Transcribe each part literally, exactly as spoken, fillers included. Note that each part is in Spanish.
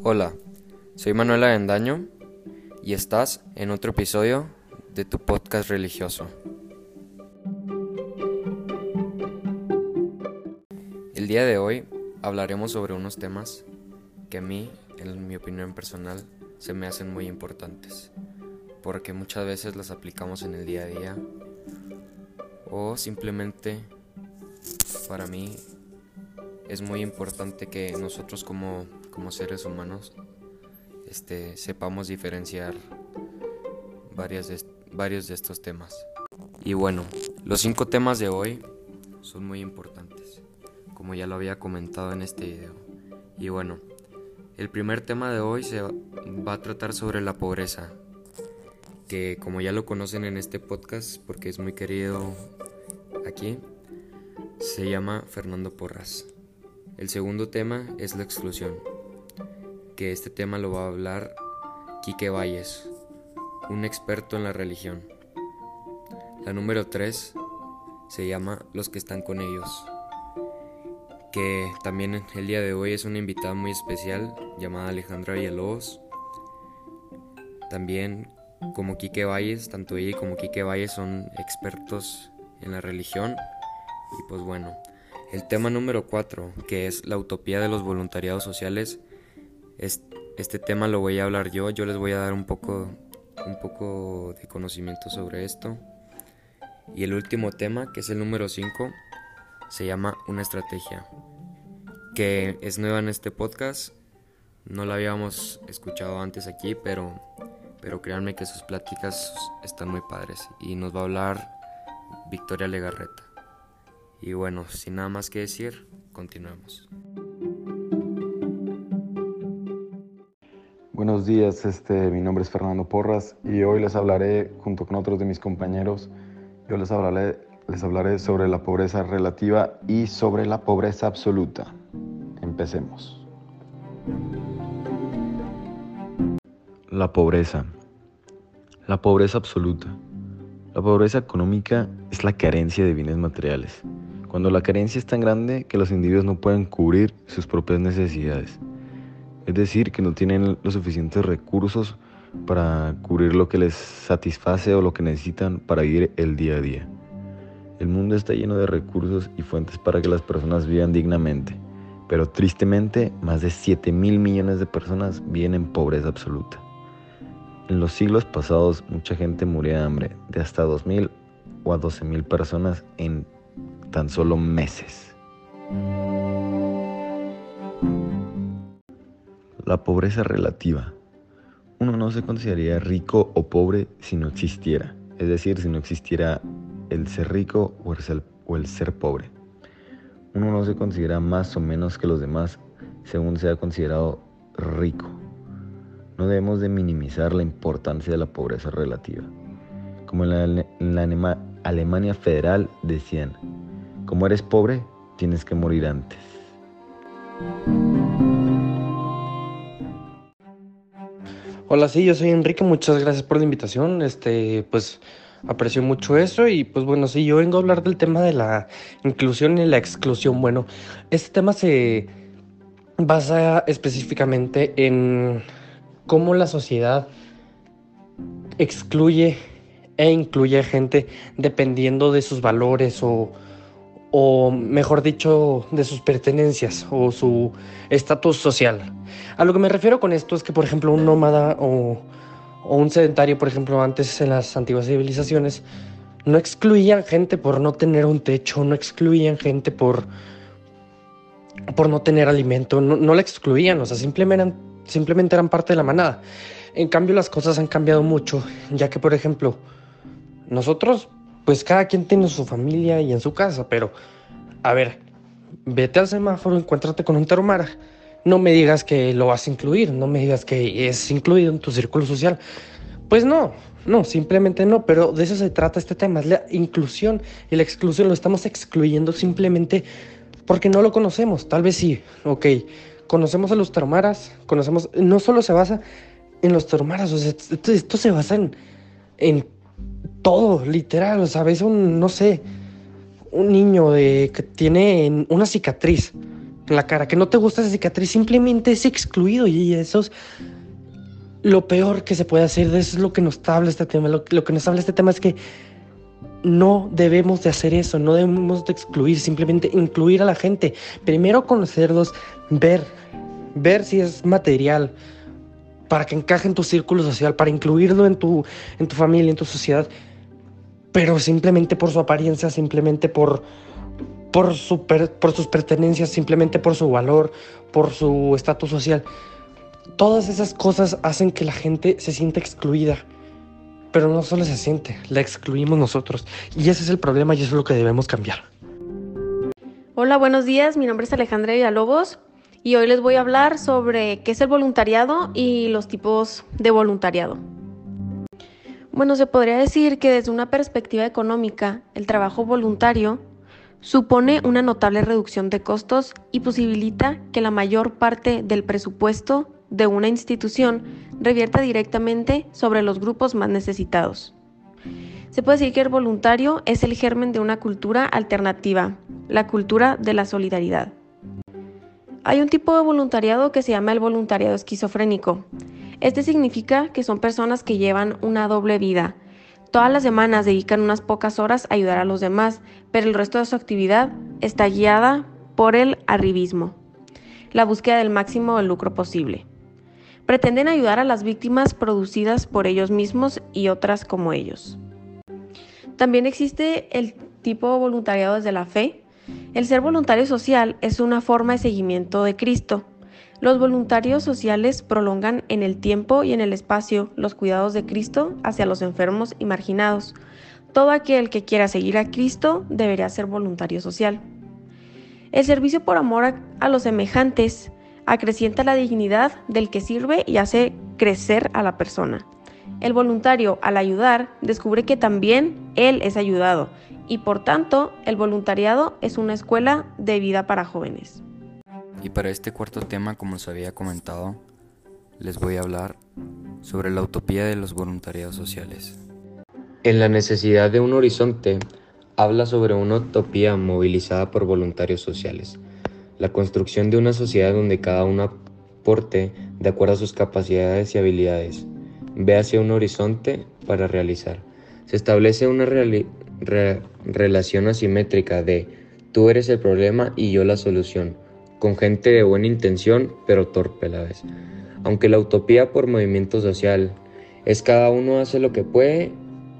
Hola, soy Manuel Avendaño y estás en otro episodio de tu podcast religioso. El día de hoy hablaremos sobre unos temas que a mí, en mi opinión personal, se me hacen muy importantes, porque muchas veces las aplicamos en el día a día o simplemente para mí es muy importante que nosotros como, como seres humanos este, sepamos diferenciar varias de, varios de estos temas. Y bueno, los cinco temas de hoy son muy importantes, como ya lo había comentado en este video. Y bueno, el primer tema de hoy se va a tratar sobre la pobreza, que como ya lo conocen en este podcast, porque es muy querido aquí, se llama Fernando Porras. El segundo tema es la exclusión, que este tema lo va a hablar Quique Valles, un experto en la religión. La número tres se llama Los que están con ellos, que también el día de hoy es una invitada muy especial llamada Alejandra Villalobos. También como Quique Valles, tanto ella como Quique Valles son expertos en la religión. Y pues bueno, el tema número cuatro, que es la utopía de los voluntariados sociales, es, este tema lo voy a hablar yo, yo les voy a dar un poco, un poco de conocimiento sobre esto. Y el último tema, que es el número cinco, se llama Una estrategia, que es nueva en este podcast, no la habíamos escuchado antes aquí, pero, pero créanme que sus pláticas están muy padres y nos va a hablar Victoria Legarreta. Y bueno, sin nada más que decir, continuemos. Buenos días, este, mi nombre es Fernando Porras y hoy les hablaré, junto con otros de mis compañeros, yo les hablaré, les hablaré sobre la pobreza relativa y sobre la pobreza absoluta. Empecemos. La pobreza. La pobreza absoluta. La pobreza económica es la carencia de bienes materiales, cuando la carencia es tan grande que los individuos no pueden cubrir sus propias necesidades. Es decir, que no tienen los suficientes recursos para cubrir lo que les satisface o lo que necesitan para vivir el día a día. El mundo está lleno de recursos y fuentes para que las personas vivan dignamente, pero tristemente más de siete mil millones de personas viven en pobreza absoluta. En los siglos pasados mucha gente murió de hambre, de hasta dos mil o a doce mil personas en tan solo meses. La pobreza relativa. Uno no se consideraría rico o pobre si no existiera, es decir, si no existiera el ser rico o el ser, o el ser pobre. Uno no se considera más o menos que los demás según sea considerado rico. No debemos de minimizar la importancia de la pobreza relativa. Como en la, en la Alema, Alemania federal decían, como eres pobre, tienes que morir antes. Hola, sí, yo soy Enrique, muchas gracias por la invitación, este, pues aprecio mucho eso y pues bueno, sí, yo vengo a hablar del tema de la inclusión y la exclusión. Bueno, este tema se basa específicamente en cómo la sociedad excluye e incluye a gente dependiendo de sus valores o, o mejor dicho, de sus pertenencias o su estatus social. A lo que me refiero con esto es que, por ejemplo, un nómada o, o un sedentario, por ejemplo, antes en las antiguas civilizaciones, no excluían gente por no tener un techo, no excluían gente por, por no tener alimento, no, no la excluían, o sea, simplemente eran, simplemente eran parte de la manada. En cambio, las cosas han cambiado mucho, ya que, por ejemplo, nosotros, pues cada quien tiene su familia y en su casa, pero, a ver, vete al semáforo, encuéntrate con un tarahumara. No me digas que lo vas a incluir, no me digas que es incluido en tu círculo social. Pues no, no, simplemente no, pero de eso se trata este tema, es la inclusión y la exclusión. Lo estamos excluyendo simplemente porque no lo conocemos. Tal vez sí, ok, conocemos a los tarahumaras, conocemos, no solo se basa en los tarahumaras, o sea, esto, esto se basa en, en todo, literal, o sea, ves un, no sé, un niño de, que tiene una cicatriz en la cara, que no te gusta esa cicatriz, simplemente es excluido, y eso es lo peor que se puede hacer. Eso es lo que nos habla este tema. Lo, lo que nos habla este tema es que no debemos de hacer eso, no debemos de excluir, simplemente incluir a la gente. Primero conocerlos, ver, ver si es material, para que encaje en tu círculo social, para incluirlo en tu, en tu familia, en tu sociedad, pero simplemente por su apariencia, simplemente por, por, su per, por sus pertenencias, simplemente por su valor, por su estatus social. Todas esas cosas hacen que la gente se sienta excluida, pero no solo se siente, la excluimos nosotros, y ese es el problema y eso es lo que debemos cambiar. Hola, buenos días, mi nombre es Alejandra Villalobos y hoy les voy a hablar sobre qué es el voluntariado y los tipos de voluntariado. Bueno, se podría decir que desde una perspectiva económica, el trabajo voluntario supone una notable reducción de costos y posibilita que la mayor parte del presupuesto de una institución revierta directamente sobre los grupos más necesitados. Se puede decir que el voluntario es el germen de una cultura alternativa, la cultura de la solidaridad. Hay un tipo de voluntariado que se llama el voluntariado esquizofrénico. Este significa que son personas que llevan una doble vida. Todas las semanas dedican unas pocas horas a ayudar a los demás, pero el resto de su actividad está guiada por el arribismo, la búsqueda del máximo del lucro posible. Pretenden ayudar a las víctimas producidas por ellos mismos y otras como ellos. También existe el tipo de voluntariado desde la fe. El ser voluntario social es una forma de seguimiento de Cristo. Los voluntarios sociales prolongan en el tiempo y en el espacio los cuidados de Cristo hacia los enfermos y marginados. Todo aquel que quiera seguir a Cristo debería ser voluntario social. El servicio por amor a, a los semejantes acrecienta la dignidad del que sirve y hace crecer a la persona. El voluntario, al ayudar, descubre que también él es ayudado y, por tanto, el voluntariado es una escuela de vida para jóvenes. Y para este cuarto tema, como os había comentado, les voy a hablar sobre la utopía de los voluntariados sociales. En la necesidad de un horizonte, habla sobre una utopía movilizada por voluntarios sociales. La construcción de una sociedad donde cada uno aporte de acuerdo a sus capacidades y habilidades. Ve hacia un horizonte para realizar. Se establece una reali- re- relación asimétrica de tú eres el problema y yo la solución, con gente de buena intención pero torpe a la vez. Aunque la utopía por movimiento social es cada uno hace lo que puede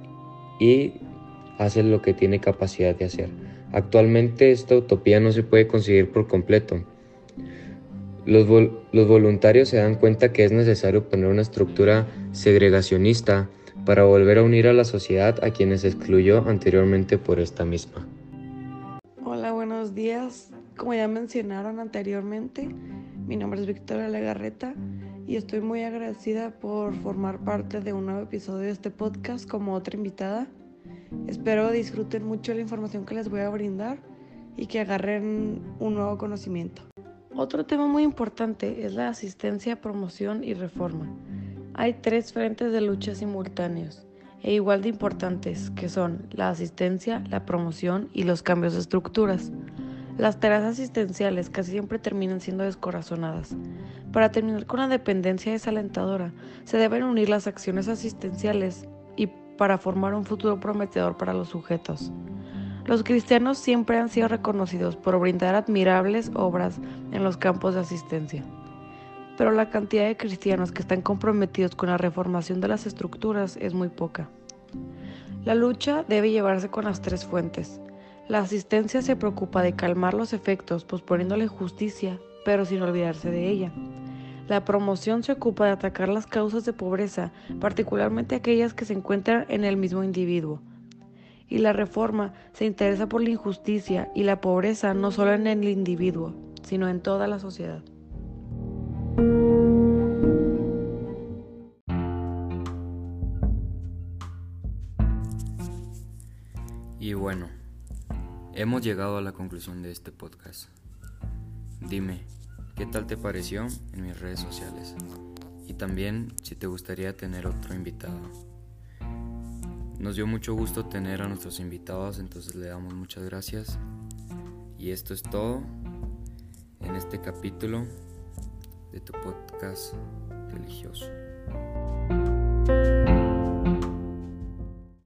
y hace lo que tiene capacidad de hacer. Actualmente esta utopía no se puede conseguir por completo. Los, vol- los voluntarios se dan cuenta que es necesario poner una estructura segregacionista para volver a unir a la sociedad a quienes excluyó anteriormente por esta misma. Hola, buenos días. Como ya mencionaron anteriormente, mi nombre es Victoria Legarreta y estoy muy agradecida por formar parte de un nuevo episodio de este podcast como otra invitada. Espero disfruten mucho la información que les voy a brindar y que agarren un nuevo conocimiento. Otro tema muy importante es la asistencia, promoción y reforma. Hay tres frentes de lucha simultáneos e igual de importantes, que son la asistencia, la promoción y los cambios de estructuras. Las tareas asistenciales casi siempre terminan siendo descorazonadas. Para terminar con la dependencia desalentadora, se deben unir las acciones asistenciales y para formar un futuro prometedor para los sujetos. Los cristianos siempre han sido reconocidos por brindar admirables obras en los campos de asistencia. Pero la cantidad de cristianos que están comprometidos con la reformación de las estructuras es muy poca. La lucha debe llevarse con las tres fuentes. La asistencia se preocupa de calmar los efectos posponiendo la injusticia, pero sin olvidarse de ella. La promoción se ocupa de atacar las causas de pobreza, particularmente aquellas que se encuentran en el mismo individuo. Y la reforma se interesa por la injusticia y la pobreza no solo en el individuo, sino en toda la sociedad. Y bueno, hemos llegado a la conclusión de este podcast. Dime, ¿qué tal te pareció en mis redes sociales? Y también si te gustaría tener otro invitado. Nos dio mucho gusto tener a nuestros invitados, entonces le damos muchas gracias. Y esto es todo. en este capítulo de tu podcast religioso.